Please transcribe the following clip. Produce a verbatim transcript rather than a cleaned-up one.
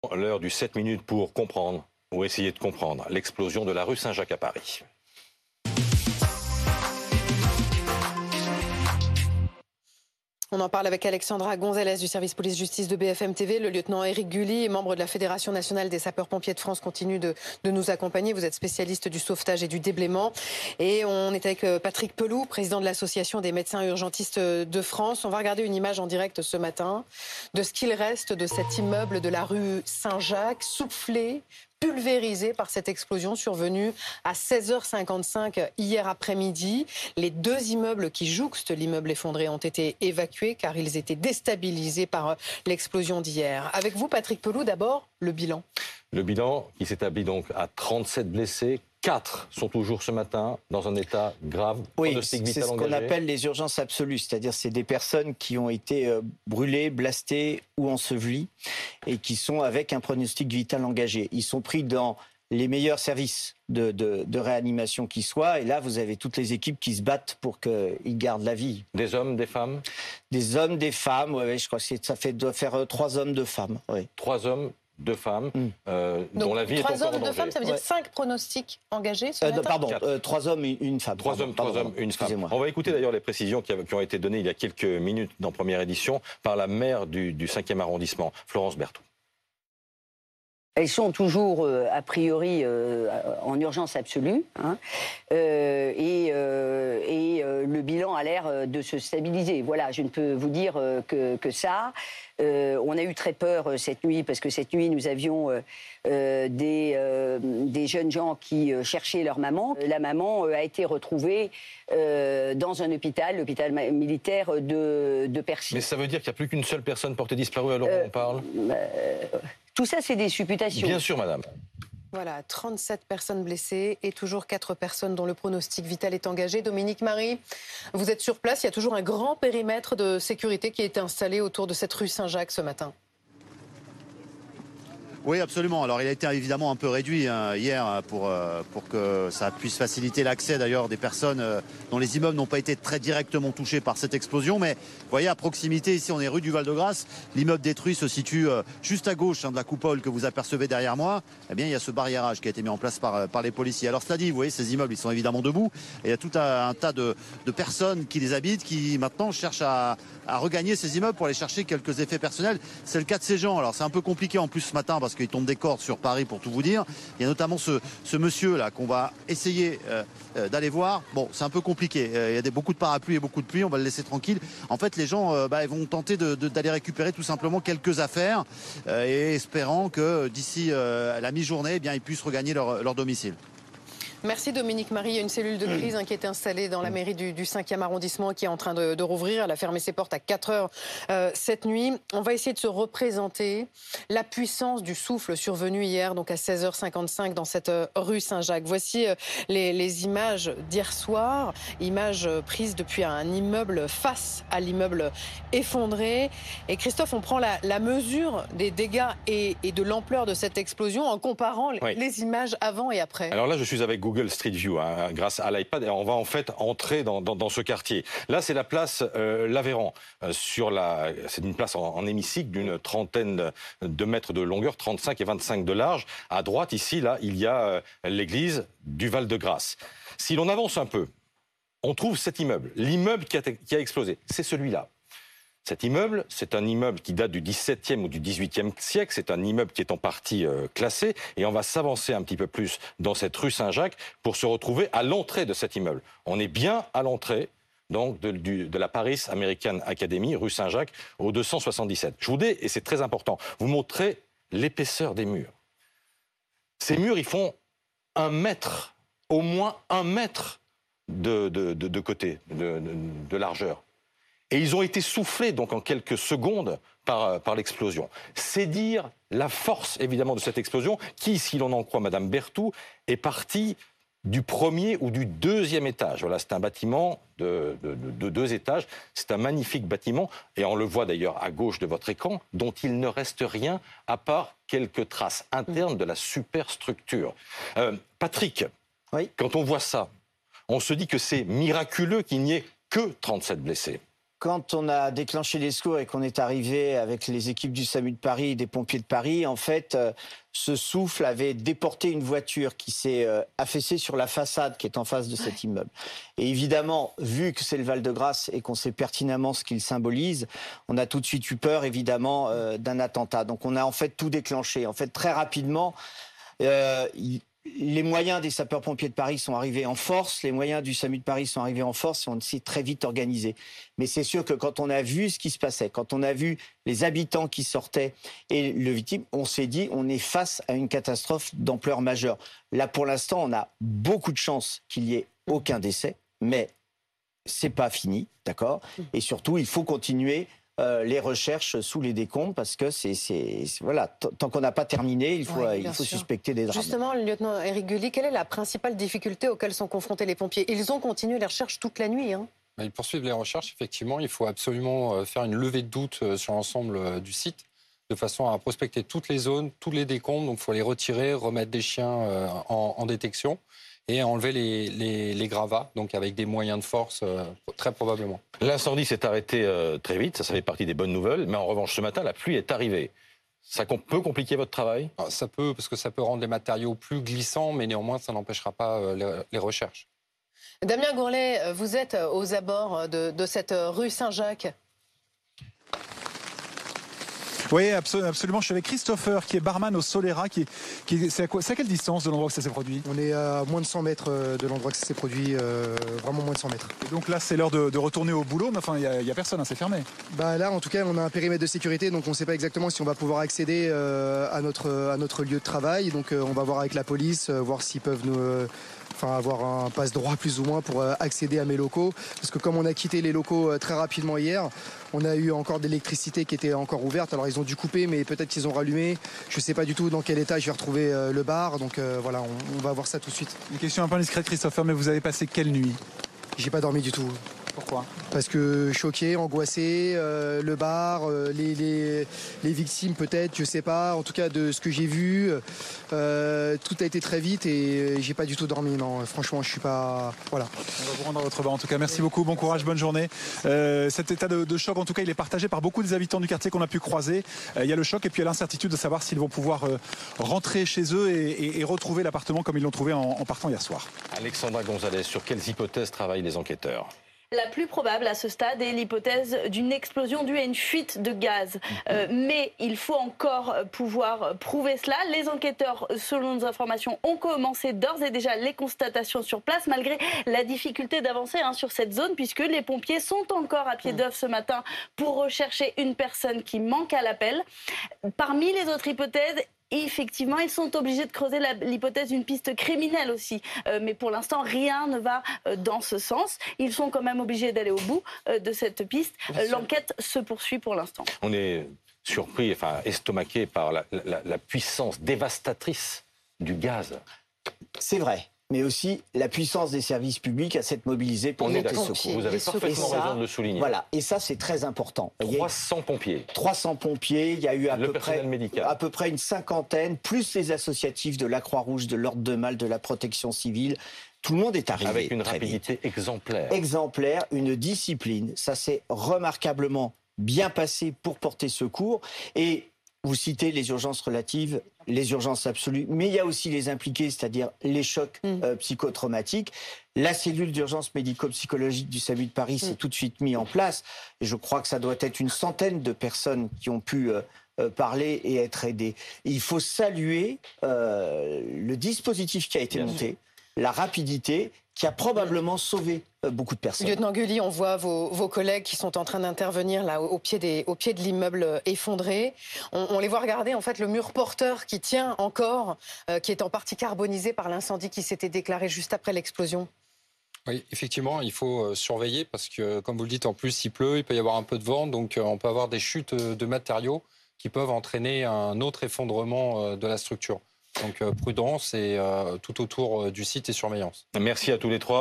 L'heure du sept minutes pour comprendre, ou essayer de comprendre, l'explosion de la rue Saint-Jacques à Paris. On en parle avec Alexandra Gonzalez du service police-justice de B F M T V. Le lieutenant Éric Gully, membre de la Fédération nationale des sapeurs-pompiers de France, continue de, de nous accompagner. Vous êtes spécialiste du sauvetage et du déblaiement. Et on est avec Patrick Pelloux, président de l'Association des médecins urgentistes de France. On va regarder une image en direct ce matin de ce qu'il reste de cet immeuble de la rue Saint-Jacques, soufflé, pulvérisé par cette explosion survenue à seize heures cinquante-cinq hier après-midi. Les deux immeubles qui jouxtent l'immeuble effondré ont été évacués car ils étaient déstabilisés par l'explosion d'hier. Avec vous, Patrick Pelloux, d'abord, le bilan. Le bilan qui s'établit donc à trente-sept blessés. Quatre sont toujours ce matin dans un état grave. Oui, c'est ce qu'on appelle les urgences absolues, c'est-à-dire c'est des personnes qui ont été euh, brûlées, blastées ou ensevelies et qui sont avec un pronostic vital engagé. Ils sont pris dans les meilleurs services de, de, de réanimation qui soient et là vous avez toutes les équipes qui se battent pour qu'ils gardent la vie. Des hommes, des femmes? Des hommes, des femmes, oui, je crois que ça fait, doit faire euh, trois hommes, deux femmes. Oui. Trois hommes, deux femmes, mm. euh, Donc, dont la vie est encore en danger. Trois hommes, deux femmes, ça veut dire ouais. cinq pronostics engagés ce euh, matin. Pardon, euh, trois hommes et une femme. Trois pardon, hommes, pardon, trois pardon, hommes, une femme. On va écouter d'ailleurs les précisions qui, qui ont été données il y a quelques minutes dans Première Édition par la maire du, du cinquième arrondissement, Florence Berthoud. Elles sont toujours, euh, a priori, euh, en urgence absolue. Hein, euh, et euh, et euh, le bilan a l'air de se stabiliser. Voilà, je ne peux vous dire euh, que, que ça. Euh, on a eu très peur euh, cette nuit, parce que cette nuit, nous avions euh, euh, des, euh, des jeunes gens qui euh, cherchaient leur maman. La maman euh, a été retrouvée euh, dans un hôpital, l'hôpital militaire de, de Percy. Mais ça veut dire qu'il n'y a plus qu'une seule personne portée disparue à l'heure où on parle euh, Tout ça, c'est des supputations. Bien sûr, madame. Voilà, trente-sept personnes blessées et toujours quatre personnes dont le pronostic vital est engagé. Dominique Marie, vous êtes sur place. Il y a toujours un grand périmètre de sécurité qui est installé autour de cette rue Saint-Jacques ce matin. Oui, absolument. Alors, il a été évidemment un peu réduit hein, hier pour, euh, pour que ça puisse faciliter l'accès d'ailleurs des personnes euh, dont les immeubles n'ont pas été très directement touchés par cette explosion. Mais vous voyez, à proximité, ici, on est rue du Val-de-Grâce. L'immeuble détruit se situe euh, juste à gauche hein, de la coupole que vous apercevez derrière moi. Eh bien, il y a ce barriérage qui a été mis en place par, par les policiers. Alors, cela dit, vous voyez, ces immeubles, ils sont évidemment debout. Et il y a tout un, un tas de, de personnes qui les habitent, qui maintenant cherchent à, à regagner ces immeubles pour aller chercher quelques effets personnels. C'est le cas de ces gens. Alors, c'est un peu compliqué en plus ce matin parce qu'il tombe des cordes sur Paris pour tout vous dire. Il y a notamment ce, ce monsieur là qu'on va essayer euh, euh, d'aller voir. Bon, c'est un peu compliqué. Euh, il y a des, beaucoup de parapluies et beaucoup de pluie. On va le laisser tranquille. En fait, les gens euh, bah, ils vont tenter de, de, d'aller récupérer tout simplement quelques affaires euh, et espérant que d'ici euh, la mi-journée, eh bien, ils puissent regagner leur, leur domicile. Merci Dominique Marie. Il y a une cellule de crise hein, qui est installée dans la mairie du, du cinquième arrondissement qui est en train de, de rouvrir. Elle a fermé ses portes à quatre heures euh, cette nuit. On va essayer de se représenter la puissance du souffle survenu hier, donc à seize heures cinquante-cinq dans cette euh, rue Saint-Jacques. Voici euh, les, les images d'hier soir, images euh, prises depuis un immeuble face à l'immeuble effondré. Et Christophe, on prend la, la mesure des dégâts et, et de l'ampleur de cette explosion en comparant oui. les images avant et après. Alors là, je suis avec Google. Google Street View, hein, grâce à l'iPad, et on va en fait entrer dans, dans, dans ce quartier. Là, c'est la place euh, Lavéran. Euh, sur la, c'est une place en, en hémicycle d'une trentaine de mètres de longueur, trente-cinq et vingt-cinq de large. À droite, ici, là, il y a euh, l'église du Val-de-Grâce. Si l'on avance un peu, on trouve cet immeuble. L'immeuble qui a, qui a explosé, c'est celui-là. Cet immeuble, c'est un immeuble qui date du dix-septième ou du dix-huitième siècle. C'est un immeuble qui est en partie euh, classé. Et on va s'avancer un petit peu plus dans cette rue Saint-Jacques pour se retrouver à l'entrée de cet immeuble. On est bien à l'entrée donc de, du, de la Paris American Academy, rue Saint-Jacques, au deux cent soixante-dix-sept. Je voudrais, et c'est très important, vous montrer l'épaisseur des murs. Ces murs, ils font un mètre, au moins un mètre de, de, de, de côté, de, de, de largeur. Et ils ont été soufflés donc en quelques secondes par, par l'explosion. C'est dire la force évidemment de cette explosion qui, si l'on en croit Madame Berthoud, est partie du premier ou du deuxième étage. Voilà, c'est un bâtiment de, de, de, de deux étages. C'est un magnifique bâtiment et on le voit d'ailleurs à gauche de votre écran, dont il ne reste rien à part quelques traces internes de la superstructure. Euh, Patrick, oui. Quand on voit ça, on se dit que c'est miraculeux qu'il n'y ait que trente-sept blessés. quand on a déclenché les secours et qu'on est arrivé avec les équipes du SAMU de Paris et des pompiers de Paris, en fait, euh, ce souffle avait déporté une voiture qui s'est euh, affaissée sur la façade qui est en face de cet immeuble. Et évidemment, vu que c'est le Val-de-Grâce et qu'on sait pertinemment ce qu'il symbolise, on a tout de suite eu peur, évidemment, euh, d'un attentat. Donc on a en fait tout déclenché. En fait, très rapidement, euh, il les moyens des sapeurs-pompiers de Paris sont arrivés en force, les moyens du SAMU de Paris sont arrivés en force et on s'est très vite organisé. Mais c'est sûr que quand on a vu ce qui se passait, quand on a vu les habitants qui sortaient et le victime, on s'est dit on est face à une catastrophe d'ampleur majeure. Là, pour l'instant, on a beaucoup de chance qu'il y ait aucun décès, mais c'est pas fini, d'accord ? Et surtout, il faut continuer Euh, les recherches sous les décombres parce que c'est, c'est, c'est voilà, tant qu'on n'a pas terminé, il faut, oui, il faut sûr. suspecter des drames. Justement, le lieutenant Éric Gully, quelle est la principale difficulté auxquelles sont confrontés les pompiers ? Ils ont continué les recherches toute la nuit. Hein. Ils poursuivent les recherches, effectivement. Il faut absolument faire une levée de doute sur l'ensemble du site, de façon à prospecter toutes les zones, tous les décombres. Donc il faut les retirer, remettre des chiens en, en détection et enlever les, les, les gravats, donc avec des moyens de force, euh, très probablement. L'incendie s'est arrêté euh, très vite, ça, ça fait partie des bonnes nouvelles, mais en revanche, ce matin, la pluie est arrivée. Ça peut compliquer votre travail ? Ça peut, parce que ça peut rendre les matériaux plus glissants, mais néanmoins, ça n'empêchera pas euh, les, les recherches. Damien Gourlet, vous êtes aux abords de, de cette rue Saint-Jacques. Oui, absolument. Je suis avec Christopher, qui est barman au Solera. Qui, qui, c'est, à quoi, c'est à quelle distance de l'endroit où ça s'est produit ? On est à moins de cent mètres de l'endroit que ça s'est produit, euh, vraiment moins de cent mètres. Et donc là, c'est l'heure de, de retourner au boulot, mais enfin, il n'y a, a personne, hein, c'est fermé. Bah là, en tout cas, on a un périmètre de sécurité, donc on ne sait pas exactement si on va pouvoir accéder euh, à, notre, à notre lieu de travail. Donc euh, on va voir avec la police, euh, voir s'ils peuvent nous... Euh, Enfin, avoir un passe-droit plus ou moins pour accéder à mes locaux. Parce que comme on a quitté les locaux très rapidement hier, on a eu encore de l'électricité qui était encore ouverte. Alors ils ont dû couper, mais peut-être qu'ils ont rallumé. Je ne sais pas du tout dans quel état je vais retrouver le bar. Donc euh, voilà, on, on va voir ça tout de suite. Une question un peu indiscrète, Christopher, mais vous avez passé quelle nuit ? J'ai pas dormi du tout. Pourquoi ? Parce que choqué, angoissé, euh, le bar, euh, les, les, les victimes peut-être, je sais pas. En tout cas, de ce que j'ai vu, euh, tout a été très vite et j'ai pas du tout dormi. Non, franchement, je suis pas. Voilà. On va vous rendre à votre bar en tout cas. Merci beaucoup, bon courage, bonne journée. Euh, cet état de, de choc, en tout cas, il est partagé par beaucoup des habitants du quartier qu'on a pu croiser. Euh, il y a le choc et puis il y a l'incertitude de savoir s'ils vont pouvoir euh, rentrer chez eux et, et, et retrouver l'appartement comme ils l'ont trouvé en, en partant hier soir. Alexandra Gonzalez, sur quelles hypothèses travaillent les enquêteurs ? La plus probable à ce stade est l'hypothèse d'une explosion due à une fuite de gaz. Euh, mais il faut encore pouvoir prouver cela. Les enquêteurs, selon nos informations, ont commencé d'ores et déjà les constatations sur place, malgré la difficulté d'avancer hein, sur cette zone, puisque les pompiers sont encore à pied d'œuvre ce matin pour rechercher une personne qui manque à l'appel. Parmi les autres hypothèses, effectivement, ils sont obligés de creuser la, l'hypothèse d'une piste criminelle aussi. Euh, mais pour l'instant, rien ne va euh, dans ce sens. Ils sont quand même obligés d'aller au bout euh, de cette piste. Euh, l'enquête se poursuit pour l'instant. On est surpris, enfin estomaqué par la, la, la puissance dévastatrice du gaz. C'est vrai. Mais aussi la puissance des services publics à s'être mobilisés pour monter secours. Vous avez parfaitement ça, raison de le souligner. Voilà, et ça c'est très important. trois cents pompiers. trois cents pompiers, il y a eu à, le peu près, médical. à peu près une cinquantaine, plus les associatifs de la Croix-Rouge, de l'Ordre de Malte, de la Protection civile. Tout le monde est arrivé. Avec une rapidité vite. exemplaire. Exemplaire, une discipline. Ça s'est remarquablement bien passé pour porter secours. Et vous citez les urgences relatives, les urgences absolues, mais il y a aussi les impliqués, c'est-à-dire les chocs mmh. euh, psychotraumatiques. La cellule d'urgence médico-psychologique du SAMU de Paris mmh. s'est tout de suite mise en place. Et je crois que ça doit être une centaine de personnes qui ont pu euh, euh, parler et être aidées. Et il faut saluer euh, le dispositif qui a été Bien monté, sûr. la rapidité, qui a probablement sauvé beaucoup de personnes. Lieutenant Gully, on voit vos, vos collègues qui sont en train d'intervenir là au pied, des, au pied de l'immeuble effondré. On, on les voit regarder en fait le mur porteur qui tient encore, euh, qui est en partie carbonisé par l'incendie qui s'était déclaré juste après l'explosion. Oui, effectivement, il faut surveiller parce que, comme vous le dites, en plus il pleut, il peut y avoir un peu de vent, donc on peut avoir des chutes de matériaux qui peuvent entraîner un autre effondrement de la structure. Donc prudence et euh, tout autour du site et surveillance. Merci à tous les trois.